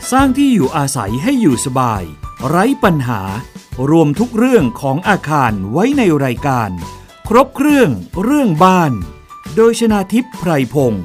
สร้างที่อยู่อาศัยให้อยู่สบายไร้ปัญหารวมทุกเรื่องของอาคารไว้ในรายการครบเครื่องบ้านโดยชนาทิพย์ไพรพงศ์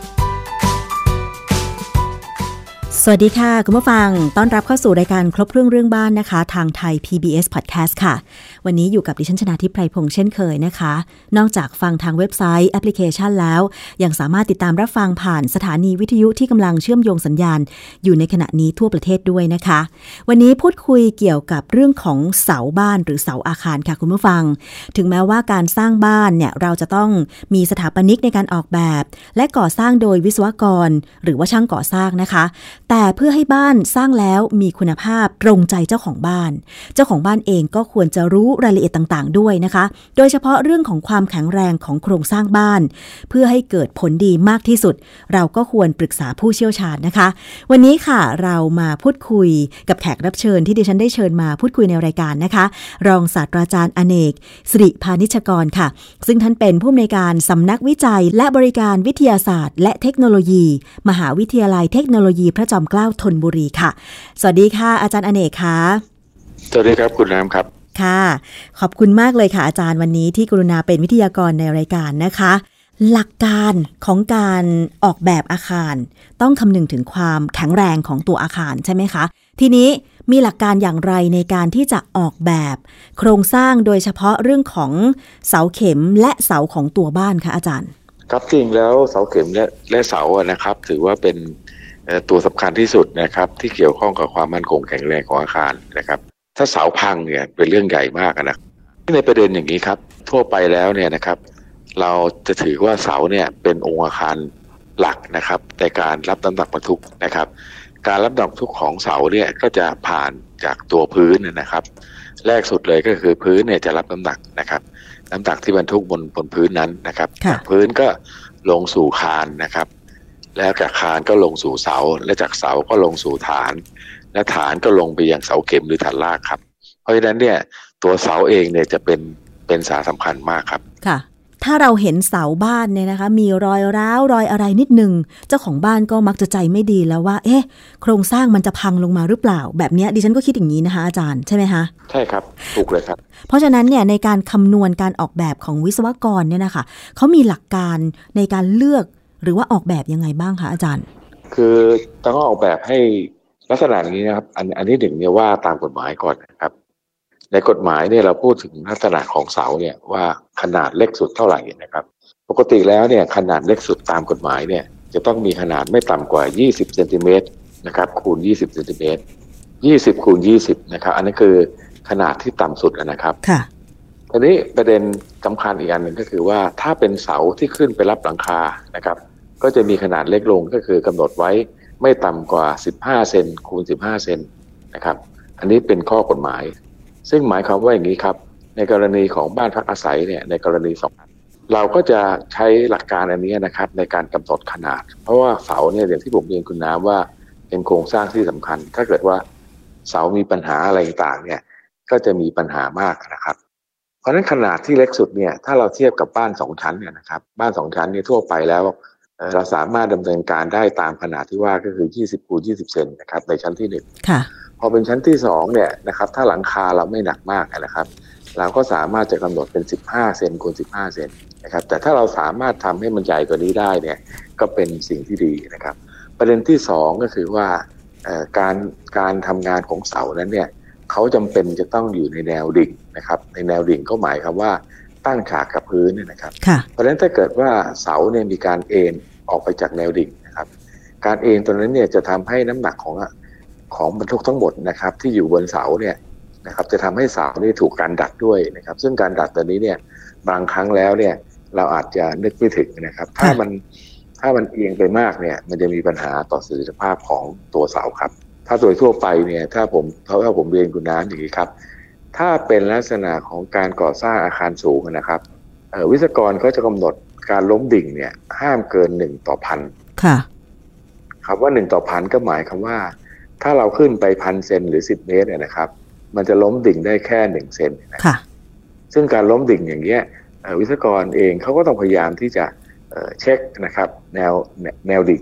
สวัสดีค่ะคุณผู้ฟังต้อนรับเข้าสู่รายการครบเครื่องบ้านนะคะทางไทย PBS Podcast ค่ะวันนี้อยู่กับดิฉันชนาทิพย์ไพรพงศ์เช่นเคยนะคะนอกจากฟังทางเว็บไซต์แอปพลิเคชันแล้วยังสามารถติดตามรับฟังผ่านสถานีวิทยุที่กำลังเชื่อมโยงสัญญาณอยู่ในขณะนี้ทั่วประเทศด้วยนะคะวันนี้พูดคุยเกี่ยวกับเรื่องของเสาบ้านหรือเสาอาคารค่ะคุณผู้ฟังถึงแม้ว่าการสร้างบ้านเนี่ยเราจะต้องมีสถาปนิกในการออกแบบและก่อสร้างโดยวิศวกรหรือว่าช่างก่อสร้างนะคะแต่เพื่อให้บ้านสร้างแล้วมีคุณภาพตรงใจเจ้าของบ้านเองก็ควรจะรู้รายละเอียดต่างๆด้วยนะคะโดยเฉพาะเรื่องของความแข็งแรงของโครงสร้างบ้านเพื่อให้เกิดผลดีมากที่สุดเราก็ควรปรึกษาผู้เชี่ยวชาญนะคะวันนี้ค่ะเรามาพูดคุยกับแขกรับเชิญที่ดิฉันได้เชิญมาพูดคุยในรายการนะคะรองศาสตราจารย์อเนกสิริพานิชกรค่ะซึ่งท่านเป็นผู้อำนวยการสำนักวิจัยและบริการวิทยาศาสตร์และเทคโนโลยีมหาวิทยาลัยเทคโนโลยีพระจอมเกล้าธนบุรีค่ะสวัสดีค่ะอาจารย์อเนกค่ะสวัสดีครับคุณน้ำครับค่ะขอบคุณมากเลยค่ะอาจารย์วันนี้ที่กรุณาเป็นวิทยากรในรายการนะคะหลักการของการออกแบบอาคารต้องคำนึงถึงความแข็งแรงของตัวอาคารใช่ไหมคะทีนี้มีหลักการอย่างไรในการที่จะออกแบบโครงสร้างโดยเฉพาะเรื่องของเสาเข็มและเสาของตัวบ้านคะอาจารย์ครับจริงแล้วเสาเข็มและเสานะครับถือว่าเป็นตัวสำคัญที่สุดนะครับที่เกี่ยวข้องกับความมั่นคงแข็งแรงของอาคารนะครับถ้าเสาพังเนี่ยเป็นเรื่องใหญ่มากนะในประเด็นอย่างนี้ครับทั่วไปแล้วเนี่ยนะครับเราจะถือว่าเสาเนี่ยเป็นองค์อาคารหลักนะครับในการรับน้ำหนักบรรทุกนะครับการรับน้ำหนักบรรทุกของเสาเนี่ยก็จะผ่านจากตัวพื้นนะครับแรกสุดเลยก็คือพื้นเนี่ยจะรับน้ำหนักนะครับน้ำหนักที่บรรทุกบนพื้นนั้นนะครับจากพื้นก็ลงสู่คานนะครับแล้วจากคานก็ลงสู่เสาและจากเสาก็ลงสู่ฐานและฐานก็ลงไปยังเสาเข็มหรือฐานรากครับเพราะฉะนั้นเนี่ยตัวเสาเองเนี่ยจะเป็นสาระสำคัญมากครับค่ะถ้าเราเห็นเสาบ้านเนี่ยนะคะมีรอยร้าวรอยอะไรนิดนึงเจ้าของบ้านก็มักจะใจไม่ดีแล้วว่าโครงสร้างมันจะพังลงมาหรือเปล่าแบบนี้ดิฉันก็คิดอย่างนี้นะคะอาจารย์ใช่ไหมคะใช่ครับถูกเลยครับเพราะฉะนั้นเนี่ยในการคำนวณการออกแบบของวิศวกรเนี่ยนะคะเขามีหลักการในการเลือกหรือว่าออกแบบยังไงบ้างคะอาจารย์คือต้องออกแบบให้ลักษณะนี้นะครับอันที่หนึ่งเนี่ยว่าตามกฎหมายก่อนนะครับในกฎหมายเนี่ยเราพูดถึงลักษณะของเสาเนี่ยว่าขนาดเล็กสุดเท่าไหร่นะครับปกติแล้วเนี่ยขนาดเล็กสุดตามกฎหมายเนี่ยจะต้องมีขนาดไม่ต่ำกว่า20เซนติเมตรนะครับคูณ20เซนติเมตร20คูณ20นะครับอันนี้คือขนาดที่ต่ำสุดนะครับค่ะทีนี้ประเด็นสำคัญอีกอันหนึ่งก็คือว่าถ้าเป็นเสาที่ขึ้นไปรับหลังคานะครับก็จะมีขนาดเล็กลงก็คือกำหนดไว้ไม่ต่ำกว่า15เซนคูณ15เซนนะครับอันนี้เป็นข้อกฎหมายซึ่งหมายความว่าอย่างนี้ครับในกรณีของบ้านพักอาศัยเนี่ยในกรณี2เราก็จะใช้หลักการอันนี้นะครับในการกำหนดขนาดเพราะว่าเสาเนี่ยอย่างที่ผมเรียนคุณน้ำว่าเป็นโครงสร้างที่สำคัญถ้าเกิดว่าเสามีปัญหาอะไรต่างเนี่ยก็จะมีปัญหามากนะครับเพราะฉะนั้นขนาดที่เล็กสุดเนี่ยถ้าเราเทียบกับบ้าน2ชั้นเนี่ยนะครับบ้าน2ชั้นเนี่ยทั่วไปแล้วเราสามารถดำเนินการได้ตามขนาดที่ว่าก็คือ20คูณ20เซนนะครับในชั้นที่1 ค่ะพอเป็นชั้นที่2เนี่ยนะครับถ้าหลังคาเราไม่หนักมากนะครับเราก็สามารถจะกำหนดเป็น15เซนคูณ15เซนนะครับแต่ถ้าเราสามารถทำให้มันใหญ่กว่านี้ได้เนี่ยก็เป็นสิ่งที่ดีนะครับประเด็นที่2ก็คือว่าการทำงานของเสานั้นเนี่ยเขาจำเป็นจะต้องอยู่ในแนวดิ่งนะครับในแนวดิ่งก็หมายความว่าตั้งฉากกับพื้นนะครับเพราะฉะนั้นถ้าเกิดว่าเสาเนี่ยมีการเอ็นออกไปจากแนวดิ่งนะครับการเอ็นตัวนั้นเนี่ยจะทำให้น้ำหนักของบรรทุกทั้งหมดนะครับที่อยู่บนเสาเนี่ยนะครับจะทำให้เสานี่ถูกการดัดด้วยนะครับซึ่งการดัดตัวนี้เนี่ยบางครั้งแล้วเนี่ยเราอาจจะนึกไม่ถึงนะครับถ้ามันเอียงไปมากเนี่ยมันจะมีปัญหาต่อประสิทธิภาพของตัวเสาครับถ้าโดยทั่วไปเนี่ยถ้าผมเรียนคุณน้ำอย่างนี้ครับถ้าเป็นลักษณะของการก่อสร้างอาคารสูงนะครับวิศวกรเขาจะกำหนดการล้มดิ่งเนี่ยห้ามเกิน1ต่อพันค่ะครับว่า1ต่อพันก็หมายความว่าถ้าเราขึ้นไป1,000 เซนหรือ10เมตรเนี่ยนะครับมันจะล้มดิ่งได้แค่1เซนค่ะซึ่งการล้มดิ่งอย่างเงี้ยวิศวกรเองเขาก็ต้องพยายามที่จะเช็คนะครับแนวดิ่ง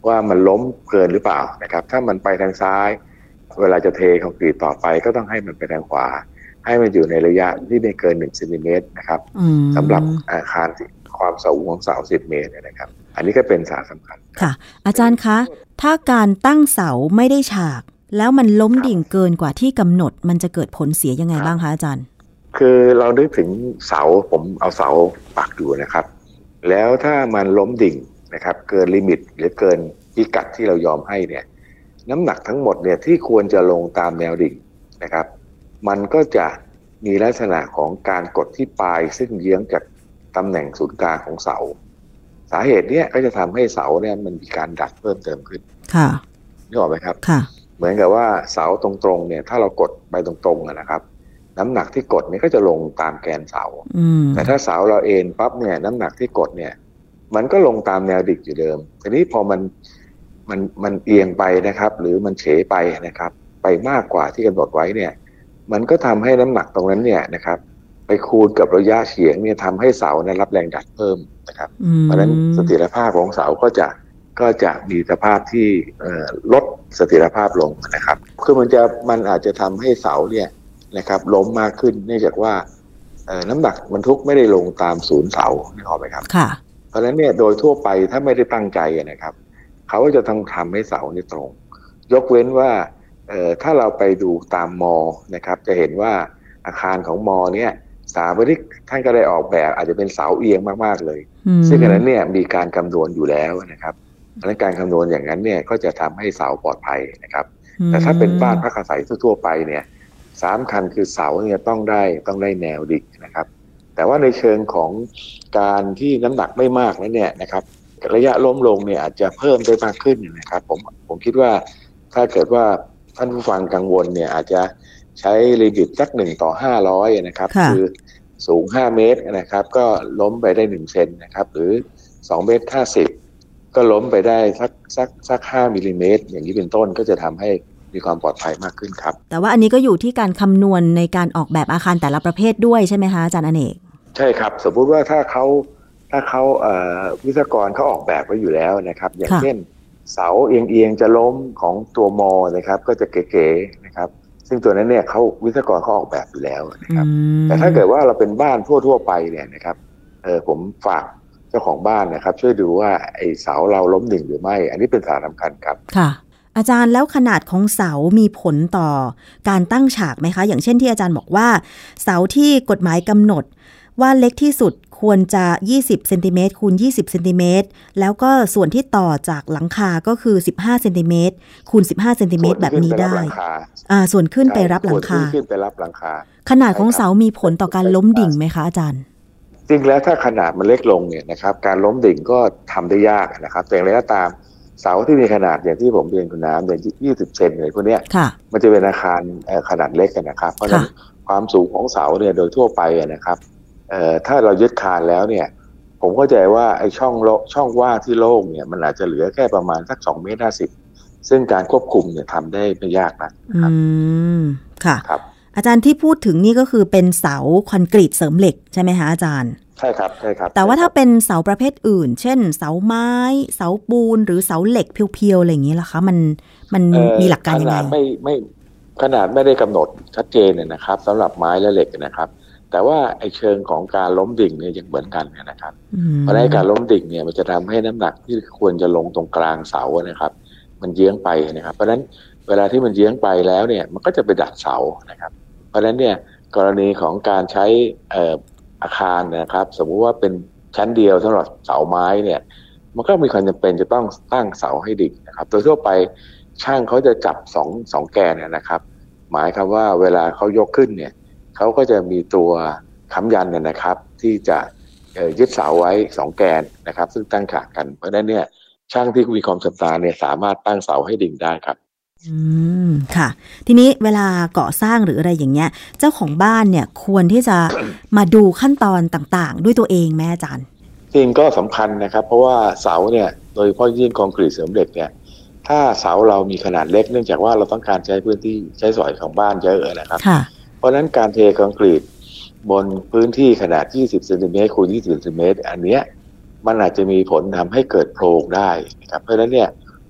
ว่ามันล้มเกินหรือเปล่านะครับถ้ามันไปทางซ้ายเวลาจะเทคอนกรีตต่อไปก็ต้องให้มันไปทางขวาให้มันอยู่ในระยะที่ไม่เกิน1 ซนนะครับสำหรับอาคารความสูงของเสา10 เมตรนะครับอันนี้ก็เป็นสาระสำคัญค่ะอาจารย์คะถ้าการตั้งเสาไม่ได้ฉากแล้วมันล้มดิ่งเกินกว่าที่กำหนดมันจะเกิดผลเสียยังไงบ้างคะอาจารย์คือเรานึกถึงเสาผมเอาเสาปักอยู่นะครับแล้วถ้ามันล้มดิ่งนะครับเกินลิมิตหรือเกินพิกัดที่เรายอมให้เนี่ยน้ำหนักทั้งหมดเนี่ยที่ควรจะลงตามแนวดิ่งนะครับมันก็จะมีลักษณะของการกดที่ปลายซึ่งเยื้องจากตำแหน่งศูนย์กลางของเสาสาเหตุเนี้ยก็จะทำให้เสาเนี่ยมันมีการดัดเพิ่มเติมขึ้นค่ะนึกออกไหมครับค่ะเหมือนกับว่าเสาตรงๆเนี่ยถ้าเรากดไปตรงๆนะครับน้ำหนักที่กดเนี่ยก็จะลงตามแกนเสาแต่ถ้าเสาเราเอ็นปั๊บเนี่ยน้ำหนักที่กดเนี่ยมันก็ลงตามแนวดิ่งอยู่เดิมทีนี้พอมันเอียงไปนะครับหรือมันเฉไปนะครับไปมากกว่าที่กำหนดไว้เนี่ยมันก็ทำให้น้ำหนักตรงนั้นเนี่ยนะครับไปคูณกับระยะเฉียงเนี่ยทำให้เสาเนี่ยรับแรงดันเพิ่มนะครับเพราะฉะนั้นเสถียรภาพของเสาก็จะมีสภาพที่ลดเสถียรภาพลงนะครับคือมันอาจจะทำให้เสาเนี่ยนะครับล้มมากขึ้นเนื่องจากว่าน้ำหนักบรรทุกไม่ได้ลงตามศูนย์เสานึกออกไหมครับค่ะเพราะฉะนั้นเนี่ยโดยทั่วไปถ้าไม่ได้ตั้งใจนะครับเขาก็จะต้องทำให้เสานี่ตรงยกเว้นว่าถ้าเราไปดูตามมอนะครับจะเห็นว่าอาคารของมอเนี่ยสถาปนิกท่านก็ได้ออกแบบอาจจะเป็นเสาเอียงมากๆเลยซึ่งอันนั้นเนี่ยมีการคำนวณอยู่แล้วนะครับเพราะฉะนั้นการคำนวณอย่างนั้นเนี่ยก็จะทำให้เสาปลอดภัยนะครับแต่ถ้าเป็นบ้านพักอาศัยทั่วไปเนี่ยสำคัญคือเสาเนี่ยต้องได้แนวดิ่งนะครับแต่ว่าในเชิงของการที่น้ำหนักไม่มากนั้นเนี่ยนะครับระยะล้มลงเนี่ยอาจจะเพิ่มได้มากขึ้นนะครับผมคิดว่าถ้าเกิดว่าท่านผู้ฟังกังวลเนี่ยอาจจะใช้ลิมิตสัก1:500นะครับคือสูง5 เมตรนะครับก็ล้มไปได้1 เซนนะครับหรือ2.50 เมตรก็ล้มไปได้สัก5 มิลลิเมตรอย่างนี้เป็นต้นก็จะทำให้มีความปลอดภัยมากขึ้นครับแต่ว่าอันนี้ก็อยู่ที่การคำนวณในการออกแบบอาคารแต่ละประเภทด้วยใช่ไหมคะอาจารย์อเนกใช่ครับสมมุติว่าถ้าเขาวิศวกรเขาออกแบบไว้อยู่แล้วนะครับอย่างเช่นเสาเอียงจะล้มของตัวมอนะครับก็จะเก๋ๆนะครับซึ่งตัวนั้นเนี่ยเขาวิศวกรเขาออกแบบอยู่แล้วนะครับแต่ถ้าเกิดว่าเราเป็นบ้านทั่วไปเนี่ยนะครับผมฝากเจ้าของบ้านนะครับช่วยดูว่าไอ้เสาเราล้มดิ่งหรือไม่อันนี้เป็นสาระสำคัญครับค่ะอาจารย์แล้วขนาดของเสามีผลต่อการตั้งฉากไหมคะอย่างเช่นที่อาจารย์บอกว่าเสาที่กฎหมายกำหนดว่าเล็กที่สุดควรจะ20 เซนติเมตรคูณ20 เซนติเมตรแล้วก็ส่วนที่ต่อจากหลังคาก็คือ15 เซนติเมตรคูณ15 เซนติเมตรแบบนี้ได้ส่วนขึ้นไปรับหลังคาขึ้นไปรับหลังคาขนาดของเสามีผลต่อการล้มดิ่งไหมคะอาจารย์จริงแล้วถ้าขนาดมันเล็กลงเนี่ยนะครับการล้มดิ่งก็ทำได้ยากนะครับแต่อย่างไรก็ตามเสาที่มีขนาดอย่างที่ผมเรียนคุณน้ำอย่าง20 เซนเลยพวกนี้มันจะเป็นอาคารขนาดเล็กกันนะครับเพราะฉะนั้นความสูงของเสาเนี่ยโดยทั่วไปนะครับถ้าเรายึดคานแล้วเนี่ยผมเข้าใจว่าไอ้ช่องว่างที่โล่งเนี่ยมันอาจจะเหลือแค่ประมาณสัก2.50 เมตรซึ่งการควบคุมเนี่ยทำได้ไม่ยากนะครับค่ะครับอาจารย์ที่พูดถึงนี่ก็คือเป็นเสาคอนกรีตเสริมเหล็กใช่ไหมคะอาจารย์ใช่ครับใช่ครับแต่ว่าถ้าเป็นเสาประเภทอื่นเช่นเสาไม้เสาปูนหรือเสาเหล็กเพียวๆอะไรอย่างนี้ล่ะคะมันมีหลักการยังไงขนาดไม่ได้กำหนดชัดเจนเนี่ยนะครับสำหรับไม้และเหล็กนะครับแต่ว่าไอ้เชิงของการล้มดิ่งเนี่ยยังเหมือนกันนะครับเพราะในการล้มดิ่งเนี่ยมันจะทำให้น้ำหนักที่ควรจะลงตรงกลางเสานะครับมันเยื้องไปนะครับเพราะฉะนั้นเวลาที่มันเยื้องไปแล้วเนี่ยมันก็จะไปดัดเสานะครับเพราะฉะนั้นเนี่ยกรณีของการใช้อาคารนะครับสมมุติว่าเป็นชั้นเดียวสำหรับเสาไม้เนี่ยมันก็มีความจำเป็นจะต้องตั้งเสาให้ดิ่งนะครับโดยทั่วไปช่างเขาจะจับสองแกนนะครับหมายความว่าเวลาเขายกขึ้นเนี่ยเขาก็จะมีตัวค้ำยันเนี่ยนะครับที่จะยึดเสาไว้2 แกนนะครับซึ่งตั้งฉากกันเพราะฉะนั้นเนี่ยช่างที่มีความชำนาญเนี่ยสามารถตั้งเสาให้ดิ่งได้ครับค่ะทีนี้เวลาก่อสร้างหรืออะไรอย่างเงี้ยเจ้าของบ้านเนี่ยควรที่จะมาดูขั้นตอนต่างๆด้วยตัวเองไหมอาจารย์จริงก็สำคัญนะครับเพราะว่าเสาเนี่ยโดยเฉพาะยิ่งคอนกรีตเสริมเหล็กเนี่ยถ้าเสาเรามีขนาดเล็กเนื่องจากว่าเราต้องการใช้พื้นที่ใช้สอยของบ้านเยอะนะครับเพราะฉะนั้นการเทคอนกรีตบนพื้นที่ขนาด20 เซนติเมตรคูณ20 เซนติเมตรอันเนี้ยมันอาจจะมีผลทำให้เกิดโพรงได้นะครับเพราะฉะนั้นเนี่ย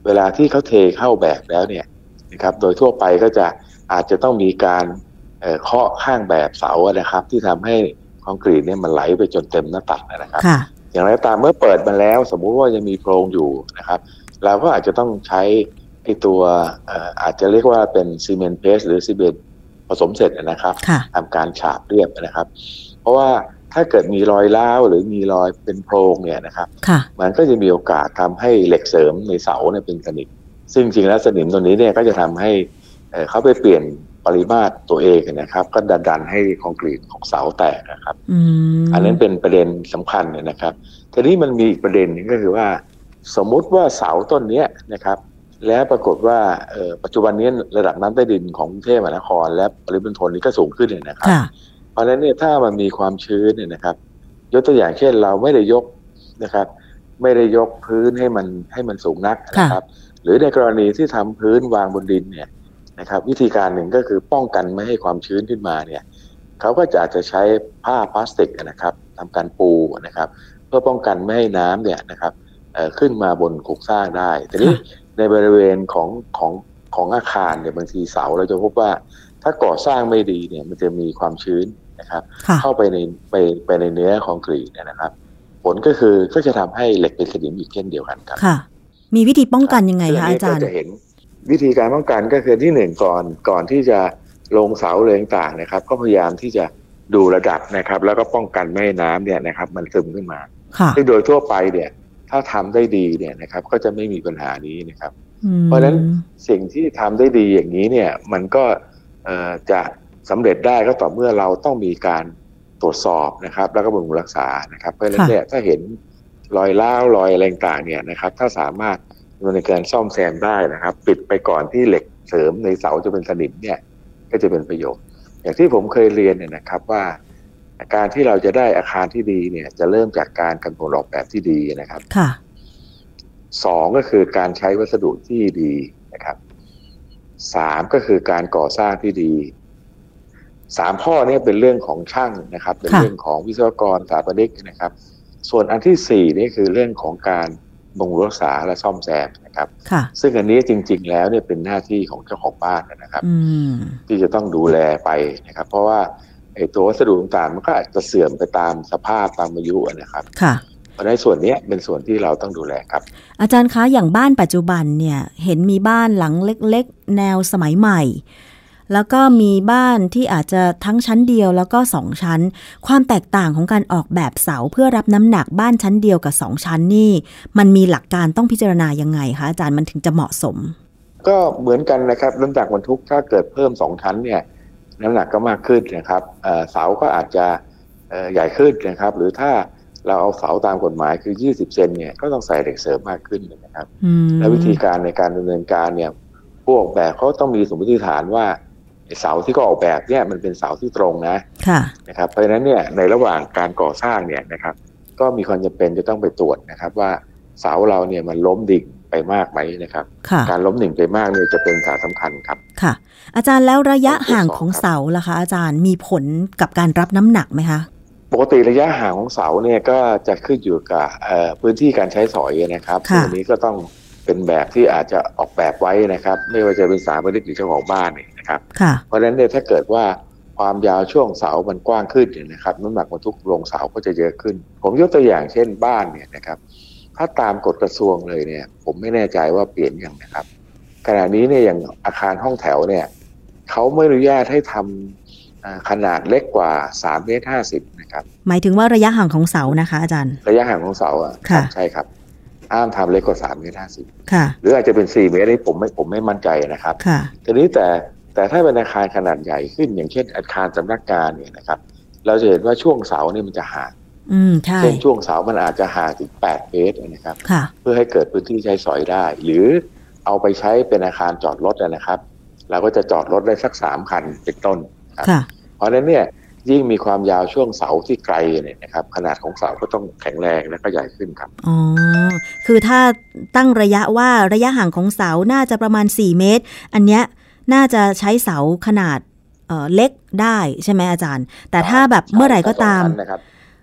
เวลาที่เขาเทเข้าแบบแล้วเนี่ยนะครับโดยทั่วไปก็จะอาจจะต้องมีการเคาะข้างแบบเสานะครับที่ทำให้คอนกรีตเนี่ยมันไหลไปจนเต็มหน้าตักนะครับอย่างไรก็ตามเมื่อเปิดมาแล้วสมมุติว่ายังมีโพรงอยู่นะครับเราก็อาจจะต้องใช้ไอ้ตัวอาจจะเรียกว่าเป็นซีเมนต์เพสหรือซีเมนต์ผสมเสร็จนะครับทำการฉาบเรียบนะครับเพราะว่าถ้าเกิดมีรอยร้าวหรือมีรอยเป็นโพรงเนี่ยนะครับมันก็จะมีโอกาสทำให้เหล็กเสริมในเสาเนี่ยเป็นสนิมซึ่งจริงแล้วสนิมตัวนี้เนี่ยก็จะทำให้เขาไปเปลี่ยนปริมาตรตัวเองนะครับก็ดันให้คอนกรีตของเสาแตกนะครับอันนั้นเป็นประเด็นสำคัญนะครับทีนี้มันมีอีกประเด็นนึงก็คือว่าสมมุติว่าเสาต้นนี้นะครับแล้วปรากฏว่าปัจจุบันนี้ระดับน้ำใต้ดินของกรุงเทพมหานครและปริมณฑลนี้ก็สูงขึ้นเลยนะครับเพราะฉะนั้นเนี่ยถ้ามันมีความชื้นเนี่ยนะครับยกตัวอย่างเช่นเราไม่ได้ยกนะครับไม่ได้ยกพื้นให้มันสูงนักนะครับหรือในกรณีที่ทำพื้นวางบนดินเนี่ยนะครับวิธีการหนึ่งก็คือป้องกันไม่ให้ความชื้นขึ้นมาเนี่ยเขาก็อาจจะใช้ผ้าพลาสติกนะครับทำการปูนะครับเพื่อป้องกันไม่ให้น้ำเนี่ยนะครับขึ้นมาบนโครงสร้างได้ทีนี้ในบริเวณของอาคารเนี่ยบางทีเสาเราจะพบว่าถ้าก่อสร้างไม่ดีเนี่ยมันจะมีความชื้นนะครับเข้าไปในเนื้อคอนกรีตนะครับผลก็คือก็จะทำให้เหล็กเป็นสนิมอีกเช่นเดียวกันครับค่ะมีวิธีป้องกันยังไงคะอาจารย์จะเห็นวิธีการป้องกันก็คือที่หนึ่งก่อนที่จะลงเสาเลยต่างๆนะครับก็พยายามที่จะดูระดับนะครับแล้วก็ป้องกันไม่ให้น้ำเนี่ยนะครับมันซึมขึ้นมาซึ่งโดยทั่วไปเนี่ยถ้าทำได้ดีเนี่ยนะครับก็จะไม่มีปัญหานี้นะครับเพราะฉะนั้นสิ่งที่ทำได้ดีอย่างนี้เนี่ยมันก็จะสำเร็จได้ก็ต่อเมื่อเราต้องมีการตรวจสอบนะครับแล้วก็บำรุงรักษานะครับเพราะฉะนั้นเนี่ยถ้าเห็นรอยร้าวรอยอะไรต่างๆเนี่ยนะครับถ้าสามารถในการซ่อมแซมได้นะครับปิดไปก่อนที่เหล็กเสริมในเสาจะเป็นสนิมเนี่ยก็จะเป็นประโยชน์อย่างที่ผมเคยเรียนเนี่ยนะครับว่าการที่เราจะได้อาคารที่ดีเนี่ยจะเริ่มจากการกำหนดออกแบบที่ดีนะครับสองก็คือการใช้วัสดุที่ดีนะครับสามก็คือการก่อสร้างที่ดีสามข้อนี้เป็นเรื่องของช่างนะครับเป็นเรื่องของวิศวกรสถาปนิกนะครับส่วนอันที่สี่นี่คือเรื่องของการบำรุงรักษาและซ่อมแซมนะครับซึ่งอันนี้จริงๆแล้วเนี่ยเป็นหน้าที่ของเจ้าของบ้านนะครับที่จะต้องดูแลไปนะครับเพราะว่าไอ้ตัววัสดุต่างๆมันก็อาจจะเสื่อมไปตามสภาพตามอายุนะครับเพราะในส่วนนี้เป็นส่วนที่เราต้องดูแลครับอาจารย์คะอย่างบ้านปัจจุบันเนี่ยเห็นมีบ้านหลังเล็กๆแนวสมัยใหม่แล้วก็มีบ้านที่อาจจะทั้งชั้นเดียวแล้วก็2ชั้นความแตกต่างของการออกแบบเสาเพื่อรับน้ำหนักบ้านชั้นเดียวกับ2ชั้นนี่มันมีหลักการต้องพิจารณายังไงคะอาจารย์มันถึงจะเหมาะสมก็เหมือนกันนะครับน้ำหนักบรรทุกถ้าเกิดเพิ่ม2ชั้นเนี่ยน้ำหนักก็มากขึ้นนะครับเสาก็อาจจะใหญ่ขึ้นนะครับหรือถ้าเราเอาเสาตามกฎหมายคือ20เซนเนี่ยก็ต้องใส่เหล็กเสริมมากขึ้นนะครับและวิธีการในการดำเนินการเนี่ยผู้ออกแบบเขาต้องมีสมมติฐานว่าเสาที่ก็ออกแบบเนี่ยมันเป็นเสาที่ตรงนะครับเพราะฉะนั้นเนี่ยในระหว่างการก่อสร้างเนี่ยนะครับก็มีความจำเป็นจะต้องไปตรวจนะครับว่าเสาเราเนี่ยมันล้มดิ่งไปมากไหมนะครับการล้มดิ่งไปมากเนี่ยจะเป็นสาสำคัญครับค่ะอาจารย์แล้วระยะห่างของเสาล่ะคะอาจารย์มีผลกับการรับน้ำหนักไหมคะปกติระยะห่างของเสาเนี่ยก็จะขึ้นอยู่กับพื้นที่การใช้สอยนะครับอันนี้ก็ต้องเป็นแบบที่อาจจะออกแบบไว้นะครับไม่ว่าจะเป็นสถาปนิกหรือเจ้าของบ้านเนี่ยนะครับเพราะฉะนั้นเนี่ยถ้าเกิดว่าความยาวช่วงเสามันกว้างขึ้นเนี่ยนะครับน้ำหนักบรรทุกลงเสาก็จะเยอะขึ้นผมยกตัวอย่างเช่นบ้านเนี่ยนะครับถ้าตามกฎกระทรวงเลยเนี่ยผมไม่แน่ใจว่าเปลี่ยนยังนะครับขณะนี้เนี่ยอย่างอาคารห้องแถวเนี่ยเขาไม่อนุญาตให้ทำขนาดเล็กกว่า3.50 เมตรนะครับหมายถึงว่าระยะห่างของเสานะคะอาจารย์ระยะห่างของเสาอ่ะใช่ครับห้ามทำเล็กกว่า3.50 เมตรหรืออาจจะเป็น4 เมตรนี่ผมไม่มั่นใจนะครับทีนี้แต่ถ้าเป็นอาคารขนาดใหญ่ขึ้นอย่างเช่นอาคารสำนักงานเนี่ยนะครับเราจะเห็นว่าช่วงเสานี่มันจะห่างเช่นช่วงเสามันอาจจะห่างถึง8 เมตรนะครับเพื่อให้เกิดพื้นที่ใช้สอยได้หรือเอาไปใช้เป็นอาคารจอดรถนะครับเราก็จะจอดรถได้สัก3 คันเป็นต้นเพราะฉะนั้นเนี่ยยิ่งมีความยาวช่วงเสาที่ไกลเนี่ยนะครับขนาดของเสาก็ต้องแข็งแรงและก็ใหญ่ขึ้นครับอ๋อคือถ้าตั้งระยะว่าระยะห่างของเสาน่าจะประมาณ4 เมตรอันเนี้ยน่าจะใช้เสาขนาดเล็กได้ใช่ไหมอาจารย์แต่ถ้าแบบเมื่อไหร่ก็ตาม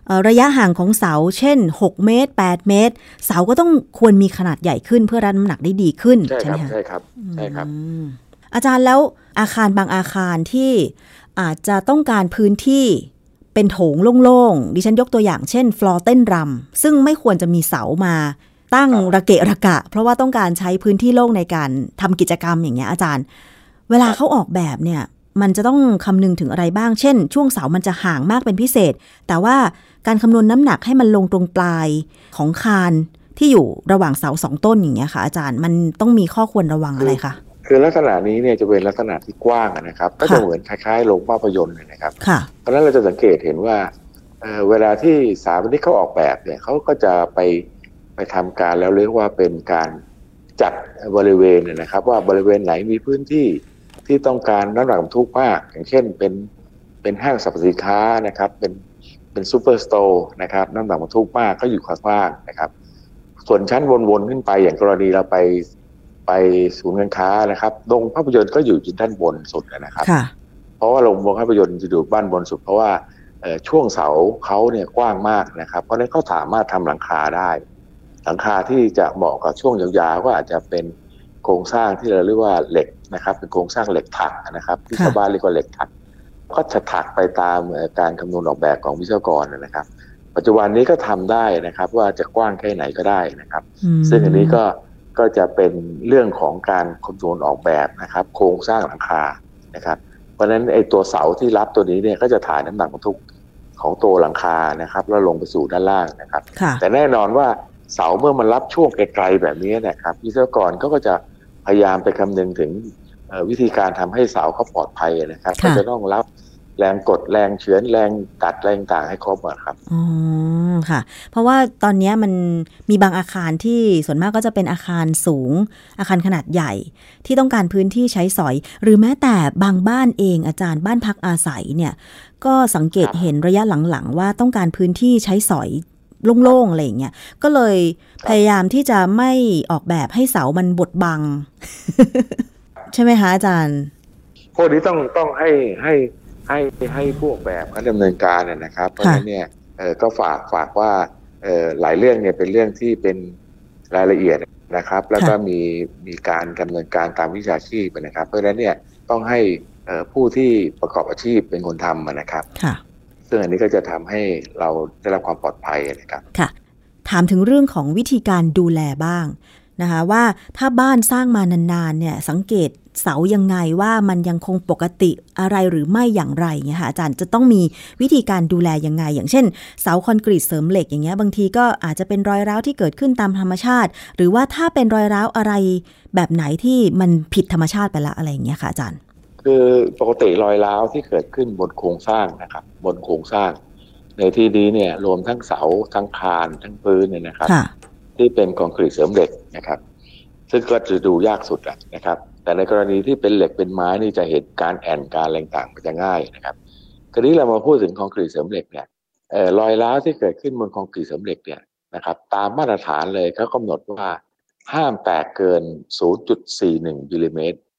ระยะห่างของเสาเช่น6เมตร8เมตรเสาก็ต้องควรมีขนาดใหญ่ขึ้นเพื่อรับน้ำหนักได้ดีขึ้นใช่ไหมคะใช่ครับอาจารย์แล้วอาคารบางอาคารที่อาจจะต้องการพื้นที่เป็นโถงโล่งๆดิฉันยกตัวอย่างเช่นฟลอร์เต้นรำซึ่งไม่ควรจะมีเสามาตั้งระเกะระกะเพราะว่าต้องการใช้พื้นที่โล่งในการทำกิจกรรมอย่างเงี้ยอาจารย์เวลาเขาออกแบบเนี่ยมันจะต้องคำนึงถึงอะไรบ้างเช่นช่วงเสามันจะห่างมากเป็นพิเศษแต่ว่าการคำนวณน้ำหนักให้มันลงตรงปลายของคานที่อยู่ระหว่างเสา2ต้นอย่างเงี้ยค่ะอาจารย์มันต้องมีข้อควรระวังอะไรคะคือลักษณะนี้เนี่ยจะเป็นลักษณะที่กว้างนะครับก็จะเหมือนคล้ายๆโรงภาพยนตร์นะครับเพราะฉะนั้นเราจะสังเกตเห็นว่าเวลาที่สถาปนิกเขาออกแบบเนี่ยเขาก็จะไปทำการแล้วเรียกว่าเป็นการจัดบริเวณนะครับว่าบริเวณไหนมีพื้นที่ที่ต้องการน้ำหนักบรรทุกมากอย่างเช่นเป็นห้างสรรพสินค้านะครับเป็นซูเปอร์สโตร์นะครับน้ำหนักบรรทุกมากก็อยู่ข้างล่างนะครับส่วนชั้นวนๆขึ้นไปอย่างกรณีเราไปศูนย์การค้านะครับโรงภาพยนตร์ก็อยู่ด้านบนสุดนะครับเพราะว่าโรงภาพยนตร์จะอยู่บ้านบนสุดเพราะว่าช่วงเสาเขาเนี่ยกว้างมากนะครับเพราะฉะนั้นเขาสามารถทำหลังคาได้หลังคาที่จะเหมาะกับช่วงยาวๆก็อาจจะเป็นโครงสร้างที่เราเรียกว่าเหล็กนะครับเป็นโครงสร้างเหล็กถักนะครับที่ชาวบ้านเรียกว่าเหล็กถักก็จะถักไปตามการคำนวณออกแบบของวิศวกรนะครับปัจจุบันนี้ก็ทำได้นะครับว่าจะกว้างแค่ไหนก็ได้นะครับซึ่งอันนี้ก็จะเป็นเรื่องของการคำนวณออกแบบนะครับโครงสร้างหลังคานะครับเพราะฉะนั้นไอ้ตัวเสาที่รับตัวนี้เนี่ยก็จะถ่ายน้ำหนักบรรทุกของตัวหลังคานะครับแล้วลงไปสู่ด้านล่างนะครับแต่แน่นอนว่าเสาเมื่อมันรับช่วงไกลๆแบบนี้นะครับวิศวกรก็จะพยายามไปคำนึงถึงวิธีการทำให้เสาเขาปลอดภัยนะครับก็จะต้องรับแรงกดแรงเฉือนแรงตัดแรงต่างให้ครบครับอ๋อค่ะเพราะว่าตอนนี้มันมีบางอาคารที่ส่วนมากก็จะเป็นอาคารสูงอาคารขนาดใหญ่ที่ต้องการพื้นที่ใช้สอยหรือแม้แต่บางบ้านเองอาจารย์บ้านพักอาศัยเนี่ยก็สังเกตเห็นระยะหลังๆว่าต้องการพื้นที่ใช้สอยโล่งๆอะไรอย่างเงี้ยก็เลยพยายามที่จะไม่ออกแบบให้เสามันบดบัง ใช่ไหมคะอาจารย์พวกนี้ต้องให้ผู้ออกแบบเขาดำเนินการนะครับเพราะฉะนั้นเนี่ยก็ฝากว่าหลายเรื่องเนี่ยเป็นเรื่องที่เป็นรายละเอียดนะครับแล้วก็มีการดำเนินการตามวิชาชีพนะครับเพราะฉะนั้นเนี่ยต้องให้ผู้ที่ประกอบอาชีพเป็นคนทำนะครับซึ่งอันนี้ก็จะทำให้เราได้รับความปลอดภัยนะครับค่ะถามถึงเรื่องของวิธีการดูแลบ้างนะคะว่าถ้าบ้านสร้างมานานๆเนี่ยสังเกตเสายังไงว่ามันยังคงปกติอะไรหรือไม่อย่างไรเงี้ยค่ะอาจารย์จะต้องมีวิธีการดูแลยังไงอย่างเช่นเสาคอนกรีตเสริมเหล็กอย่างเงี้ยบางทีก็อาจจะเป็นรอยร้าวที่เกิดขึ้นตามธรรมชาติหรือว่าถ้าเป็นรอยร้าวอะไรแบบไหนที่มันผิดธรรมชาติไปละอะไรอย่างเงี้ยค่ะอาจารย์คือปกติรอยร้าวที่เกิดขึ้นบนโครงสร้างนะครับบนโครงสร้างในที่นี้เนี่ยรวมทั้งเสาทั้งคานทั้งพื้นเนี่ยนะครับที่เป็นคอนกรีตเสริมเหล็กนะครับซึ่งก็จะดูยากสุดนะครับแต่ในกรณีที่เป็นเหล็กเป็นไม้นี่จะเห็นการแอนการอะไรต่างๆมันจะง่ายนะครับคราวนี้เรามาพูดถึงคอนกรีตเสริมเหล็กเนี่ยรอยร้าวที่เกิดขึ้นบนคอนกรีตเสริมเหล็กเนี่ยนะครับตามมาตรฐานเลยเขากำหนดว่าห้ามแตกเกิน 0.41 มิลลิเมตร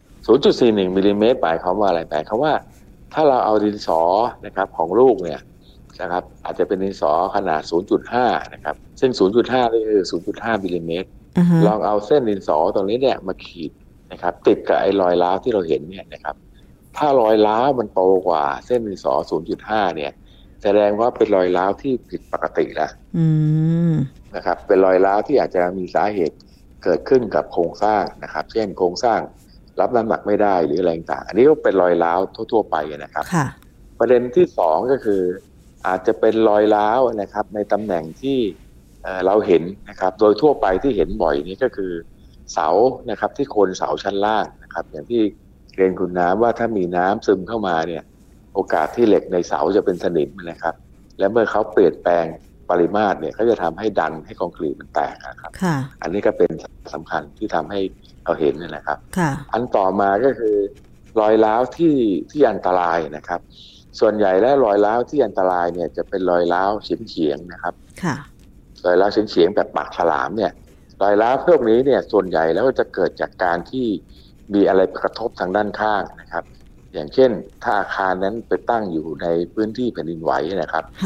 0.41 มิลลิเมตรหมายความว่าอะไรหมายความว่าถ้าเราเอาดินสอนะครับของลูกเนี่ยนะครับอาจจะเป็นดินสอขนาด 0.5 นะครับซึ่ง 0.5 นี่คือ 0.5 มิลลิเมตรลองเอาเส้นดินสอตรงนี้เนี่ยมาขีดนะครับติดกับไอ้รอยร้าวที่เราเห็นเนี่ยนะครับถ้ารอยร้าวมันโตกว่าเส้นดินสอ 0.5 เนี่ยแสดงว่าเป็นรอยร้าวที่ผิดปกติแล้วนะครับเป็นรอยร้าวที่อาจจะมีสาเหตุเกิดขึ้นกับโครงสร้างนะครับเช่นโครงสร้างรับน้ำหนักไม่ได้หรืออะไรต่างอันนี้ก็เป็นรอยร้าวทั่วๆไปนะครับประเด็นที่2ก็คืออาจจะเป็นรอยร้าวนะครับในตำแหน่งที่เราเห็นนะครับโดยทั่วไปที่เห็นบ่อยนี้ก็คือเสานะครับที่โคนเสาชั้นล่างนะครับอย่างที่เรียนคุณน้ำว่าถ้ามีน้ำซึมเข้ามาเนี่ยโอกาสที่เหล็กในเสาจะเป็นสนิมนะครับและเมื่อเขาเปลี่ยนแปลงปริมาตรเนี่ยเขาจะทำให้ดันให้คอนกรีตมันแตกนะครับอันนี้ก็เป็นสำคัญที่ทำให้เราเห็นนะครับอันต่อมาก็คือรอยร้าวที่อันตรายนะครับส่วนใหญ่แล้วรอยร้าวที่อันตรายเนี่ยจะเป็นรอยร้าวเฉียงๆนะครับรอยร้าวเฉียงๆแบบปากฉลามเนี่ยรอยร้าวพวกนี้เนี่ยส่วนใหญ่แล้วจะเกิดจากการที่มีอะไรกระทบทางด้านข้างนะครับอย่างเช่นถ้าอาคารนั้นไปตั้งอยู่ในพื้นที่แผ่นดินไหวนะครับ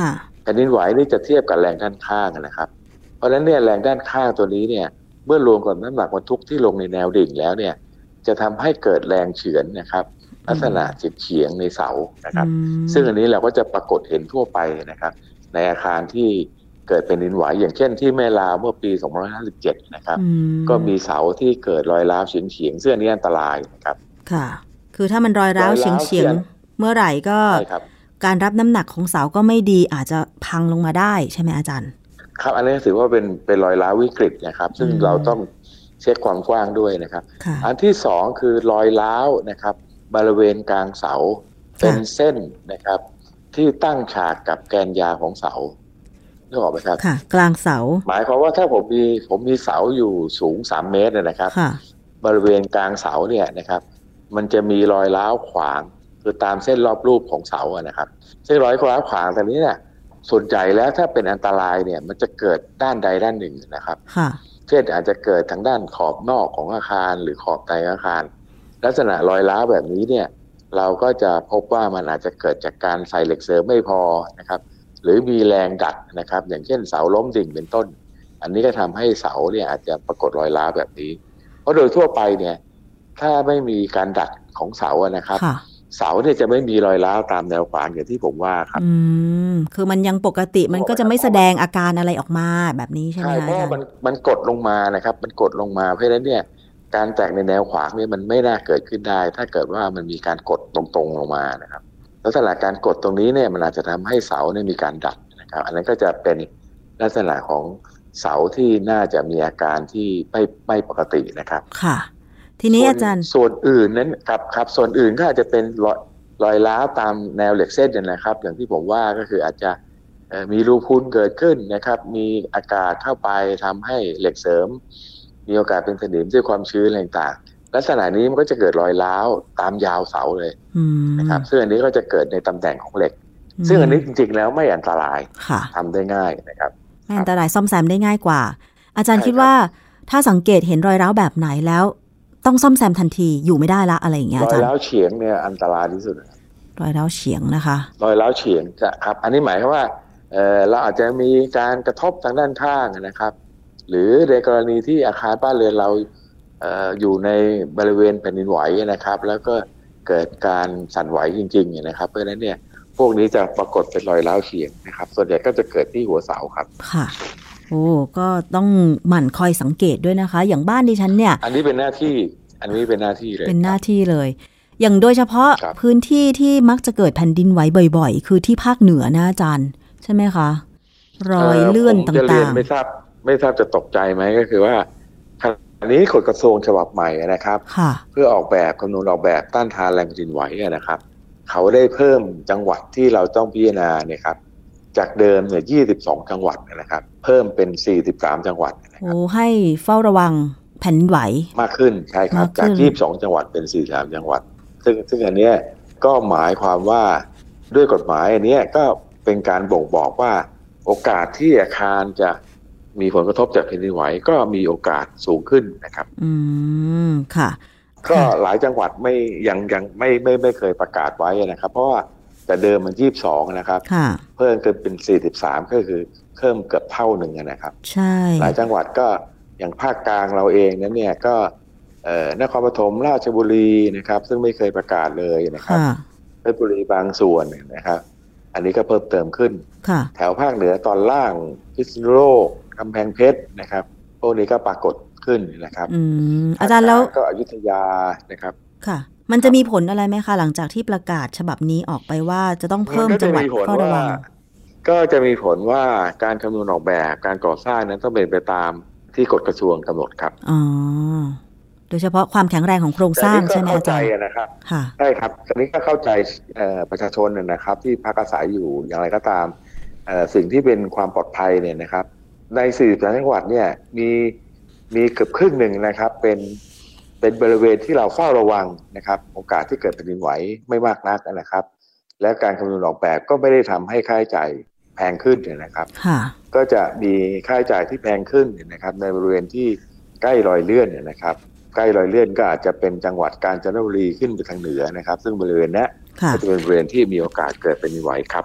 แผ่นดินไหวนี่จะเทียบกับแรงด้านข้างนะครับเพราะฉะนั้นเนี่ยแรงด้านข้างตัวนี้เนี่ยเมื่อรวมกับน้ำหนักบรรทุกที่ลงในแนวดิ่งแล้วเนี่ยจะทำให้เกิดแรงเฉือนนะครับลักษณะเฉียงในเสานะครับซึ่งอันนี้เราก็จะปรากฏเห็นทั่วไปนะครับในอาคารที่เกิดเป็นดินไหวอย่างเช่นที่แม่ลาวเมื่อปี2557นะครับก็มีเสาที่เกิดรอยร้าวเฉียงซึ่งอันนี้อันตรายนะครับค่ะคือถ้ามันรอยร้าวเฉียงเมื่อไหร่ก็การรับน้ำหนักของเสาก็ไม่ดีอาจจะพังลงมาได้ใช่ไหมอาจารย์ครับอันนี้ถือว่าเป็นรอยร้าววิกฤตนะครับซึ่งเราต้องเช็คความกว้างด้วยนะครับอันที่สองคือรอยร้าวนะครับบริเวณกลางเสาเป็นเส้นนะครับที่ตั้งฉากกับแกนยาวของเสานึกออกไหมครับค่ะกลางเสาหมายความว่าถ้าผมมีเสาอยู่สูง3 เมตรนะครับบริเวณกลางเสาเนี่ยนะครับมันจะมีรอยร้าวขวางคือตามเส้นรอบรูปของเสาอะนะครับซึ่งรอยร้าวขวางตรงนี้เนี่ยส่วนใหญ่แล้วถ้าเป็นอันตรายเนี่ยมันจะเกิดด้านใดด้านหนึ่งนะครับเช่นอาจจะเกิดทางด้านขอบนอกของอาคารหรือขอบในอาคารลักษณะรอยร้าวแบบนี้เนี่ยเราก็จะพบว่ามันอาจจะเกิดจากการใส่เหล็กเสริมไม่พอนะครับหรือมีแรงดัดนะครับอย่างเช่นเสาล้มดิ่งเป็นต้นอันนี้ก็ทำให้เสาเนี่ยอาจจะปรากฏรอยร้าวแบบนี้เพราะโดยทั่วไปเนี่ยถ้าไม่มีการดัดของเสาอะนะครับเสาเนี่ยจะไม่มีรอยร้าวตามแนวขวางอย่างที่ผมว่าครับคือมันยังปกติมันก็จะไม่แสดงอาการอะไรออกมาแบบนี้ใช่ไหมคะใช่เพราะมันกดลงมานะครับมันกดลงมาเพราะฉะนั้นเนี่ยการแตกในแนวขวางเนี่ยมันไม่น่าเกิดขึ้นได้ถ้าเกิดว่ามันมีการกดตรงๆลงมานะครับลักษณะการกดตรงนี้เนี่ยมันอาจจะทำให้เสาเนี่ยมีการดัดนะครับอันนั้นก็จะเป็นลักษณะของเสาที่น่าจะมีอาการที่ไม่ปกตินะครับค่ะทีนี้อาจารย์ส่วนอื่นนั้นครับส่วนอื่นก็อาจจะเป็นรอยร้าวตามแนวเหล็กเส้นนะครับอย่างที่ผมว่าก็คืออาจจะมีรูพุนเกิดขึ้นนะครับมีอากาศเข้าไปทำให้เหล็กเสริมมีโอกาสเป็นสนิมด้วยความชื้นอะไรต่างๆลักษณะนี้มันก็จะเกิดรอยร้าวตามยาวเสาเลยนะครับซึ่งอันนี้ก็จะเกิดในตำแหน่งของเหล็กซึ่งอันนี้จริงๆแล้วไม่อันตรายทำได้ง่ายนะครับไม่อันตรายซ่อมแซมได้ง่ายกว่าอาจารย์คิดว่าถ้าสังเกตเห็นรอยร้าวแบบไหนแล้วต้องซ่อมแซมทันทีอยู่ไม่ได้ละอะไรอย่างเงี้ยอาจารย์รอยร้าวเฉียงเนี่ยอันตรายที่สุดรอยร้าวเฉียงนะคะรอยร้าวเฉียงครับอันนี้หมายความว่าเราอาจจะมีการกระทบทางด้านข้างนะครับหรือในกรณีที่อาคารบ้านเรือนเราอยู่ในบริเวณแผ่นดินไหวนะครับแล้วก็เกิดการสั่นไหวจริงๆนะครับเพราะฉะนั้นเนี่ยพวกนี้จะปรากฏเป็นรอยร้าวเฉียงนะครับส่วนใหญ่ก็จะเกิดที่หัวเสาครับค่ะโอ้ก็ต้องหมั่นคอยสังเกตด้วยนะคะอย่างบ้านดิฉันเนี่ยอันนี้เป็นหน้าที่เลยเป็นหน้าที่เลยอย่างโดยเฉพาะพื้นที่ที่มักจะเกิดแผ่นดินไหวบ่อยๆคือที่ภาคเหนือนะอาจารย์ใช่ไหมคะรอยเลื่อนต่างๆไม่ทราบจะตกใจไหมก็คือว่าอันนี้กฎกระทรวงฉบับใหม่นะครับเพื่อออกแบบคำนวณออกแบบต้านทานแรงแผ่นดินไหวนะครับเขาได้เพิ่มจังหวัดที่เราต้องพิจารณาเนี่ยครับจากเดิมเนี่ย22จังหวัดนะครับเพิ่มเป็น43จังหวัดนะครับโอ้ให้เฝ้าระวังแผ่นดินไหวมากขึ้นใช่ครับจาก22จังหวัดเป็น43จังหวัดซึ่งอันเนี้ยก็หมายความว่าด้วยกฎหมายอันเนี้ยก็เป็นการบ่งบอกว่าโอกาสที่อาคารจะมีผลกระทบจากแผ่นดินไหวก็มีโอกาสสูงขึ้นนะครับค่ะก็หลายจังหวัดยังไม่เคยประกาศไว้นะครับเพราะว่าแต่เดิมมัน22นะครับเพิ่มเกินเป็น43ก็คือเพิ่มเกือบเท่านึงนะครับใช่หลายจังหวัดก็อย่างภาคกลางเราเองนั้นเนี่ยก็นครปฐมราชบุรีนะครับซึ่งไม่เคยประกาศเลยนะครับเพชรบุรีบางส่วนนะครับอันนี้ก็เพิ่มเติมขึ้นแถวภาคเหนือตอนล่างพิษณุโลกกำแพงเพชรนะครับพวกนี้ก็ปรากฏขึ้นนะครับอาจารย์แล้วก็อยุธยานะครับค่ะมันจะมีผลอะไรไหมคะหลังจากที่ประกาศฉบับนี้ออกไปว่าจะต้องเพิ่มจังหวัดเฝ้าระวังก็จะมีผลว่าการคำนวณออกแบบการก่อสร้างนั้นต้องเป็นไปตามที่กฎกระทรวงกำหนดครับอ๋อโดยเฉพาะความแข็งแรงของโครงสร้างใช่ไหมอาจารย์นะครับใช่ครับตอนนี้ก็เข้าใจประชาชนนะครับที่พักอาศัยอยู่อย่างไรก็ตามสิ่งที่เป็นความปลอดภัยเนี่ยนะครับใน43จังหวัดเนี่ยมีเกือบครึ่งหนึ่งนะครับเป็นบริเวณที่เราเฝ้าระวังนะครับโอกาสที่เกิดแผ่นดินไหวไม่มากนักนะครับและการคำนวณออกแบบก็ไม่ได้ทำให้ค่าใช้จ่ายแพงขึ้นนะครับก็จะมีค่าใช้จ่ายที่แพงขึ้นนะครับในบริเวณที่ใกล้รอยเลื่อนนะครับใกล้รอยเลื่อนก็อาจจะเป็นจังหวัดกาญจนบุรีขึ้นไปทางเหนือนะครับซึ่งบริเวณนี้ก็จะเป็นบริเวณที่มีโอกาสเกิดแผ่นดินไหวครับ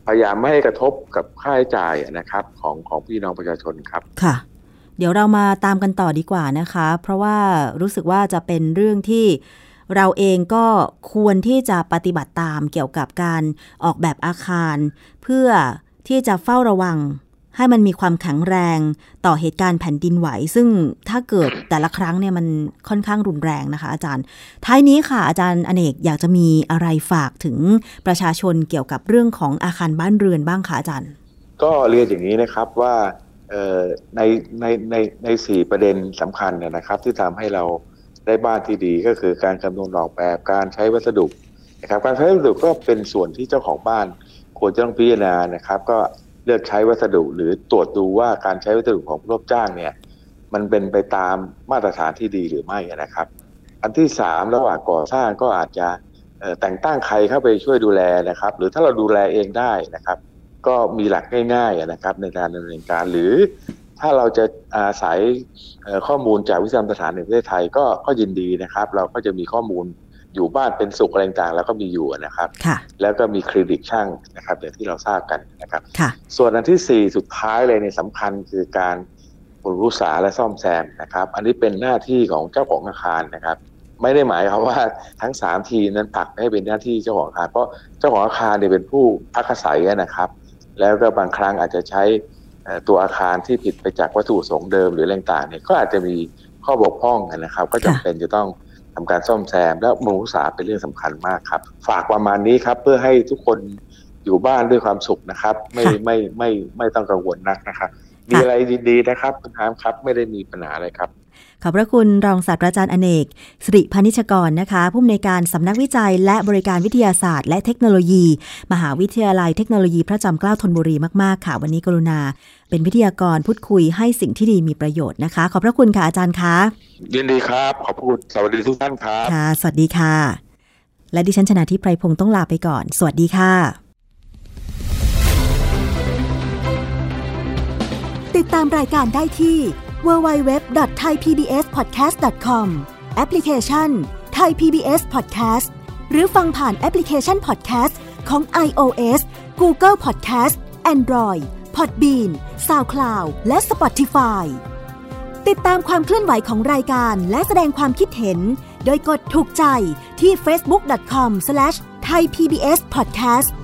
พยายามไม่ให้กระทบกับค่าใช้จ่ายนะครับของพี่น้องประชาชนครับค่ะเดี๋ยวเรามาตามกันต่อดีกว่านะคะเพราะว่ารู้สึกว่าจะเป็นเรื่องที่เราเองก็ควรที่จะปฏิบัติตามเกี่ยวกับการออกแบบอาคารเพื่อที่จะเฝ้าระวังให้มันมีความแข็งแรงต่อเหตุการณ์แผ่นดินไหวซึ่งถ้าเกิดแต่ละครั้งเนี่ยมันค่อนข้างรุนแรงนะคะอาจารย์ท้ายนี้ค่ะอาจารย์อเนกอยากจะมีอะไรฝากถึงประชาชนเกี่ยวกับเรื่องของอาคารบ้านเรือนบ้างคะอาจารย์ก็เรียนอย่างนี้นะครับว่าใน4ประเด็นสำคัญนะครับที่ทำให้เราได้บ้านที่ดีก็คือการคำนวณออกแบบการใช้วัสดุนะครับการใช้วัสดุก็เป็นส่วนที่เจ้าของบ้านควรจะต้องพิจารณานะครับก็เลือกใช้วัสดุหรือตรวจดูว่าการใช้วัสดุของผู้รับจ้างเนี่ยมันเป็นไปตามมาตรฐานที่ดีหรือไม่นะครับอันที่3ระหว่างก่อสร้างก็อาจจะแต่งตั้งใครเข้าไปช่วยดูแลนะครับหรือถ้าเราดูแลเองได้นะครับก็มีหลักง่ายๆนะครับในการดำเนินการหรือถ้าเราจะอาศัยข้อมูลจากวิทยาศาสตร์แห่งประเทศไทยก็ยินดีนะครับเราก็จะมีข้อมูลอยู่บ้านเป็นสุขอะไรต่างๆแล้วก็มีอยู่นะครับแล้วก็มีเครดิตช่างนะครับอย่างที่เราทราบกันนะครับส่วนอันที่4สุดท้ายเลยในสำคัญคือการบำรุงรักษาและซ่อมแซมนะครับอันนี้เป็นหน้าที่ของเจ้าของอาคารนะครับไม่ได้หมายความว่าทั้ง3ทีนั้นผลักให้เป็นหน้าที่เจ้าของอาคารเพราะเจ้าของอาคารเนี่ยเป็นผู้พักอาศัยนะครับแล้วก็บางครั้งอาจจะใช้ตัวอาคารที่ผิดไปจากวัตถุประสงค์เดิมหรืออะไรต่างๆเนี่ยก็อาจจะมีข้อบกพร่องนะครับก็จำเป็นจะต้องทำการซ่อมแซมและบำรุงรักษาเป็นเรื่องสำคัญมากครับฝากประมาณนี้ครับเพื่อให้ทุกคนอยู่บ้านด้วยความสุขนะครับไม่ต้องกังวลนักนะครับมีอะไรดีๆนะครับคุณถามครับไม่ได้มีปัญหาอะไรครับขอบพระคุณรองศาสตราจารย์อเนกสิริพานิชกรนะคะผู้อำนวยการสำนักวิจัยและบริการวิทยาศาสตร์และเทคโนโลยีมหาวิทยาลัยเทคโนโลยีพระจอมเกล้าธนบุรีมากๆค่ะวันนี้กรุณาเป็นวิทยากรพูดคุยให้สิ่งที่ดีมีประโยชน์นะคะขอบพระคุณค่ะอาจารย์คะยินดีครับขอบคุณสวัสดีทุกท่านครับค่ะสวัสดีค่ะและดิฉันชนาธิปไพรพงศ์ต้องลาไปก่อนสวัสดีค่ะติดตามรายการได้ที่www.thaipbspodcast.com แอปพลิเคชัน Thai PBS Podcast หรือฟังผ่านแอปพลิเคชัน Podcast ของ iOS Google Podcast Android Podbean SoundCloud และ Spotify ติดตามความเคลื่อนไหวของรายการและแสดงความคิดเห็นโดยกดถูกใจที่ facebook.com/thaipbspodcast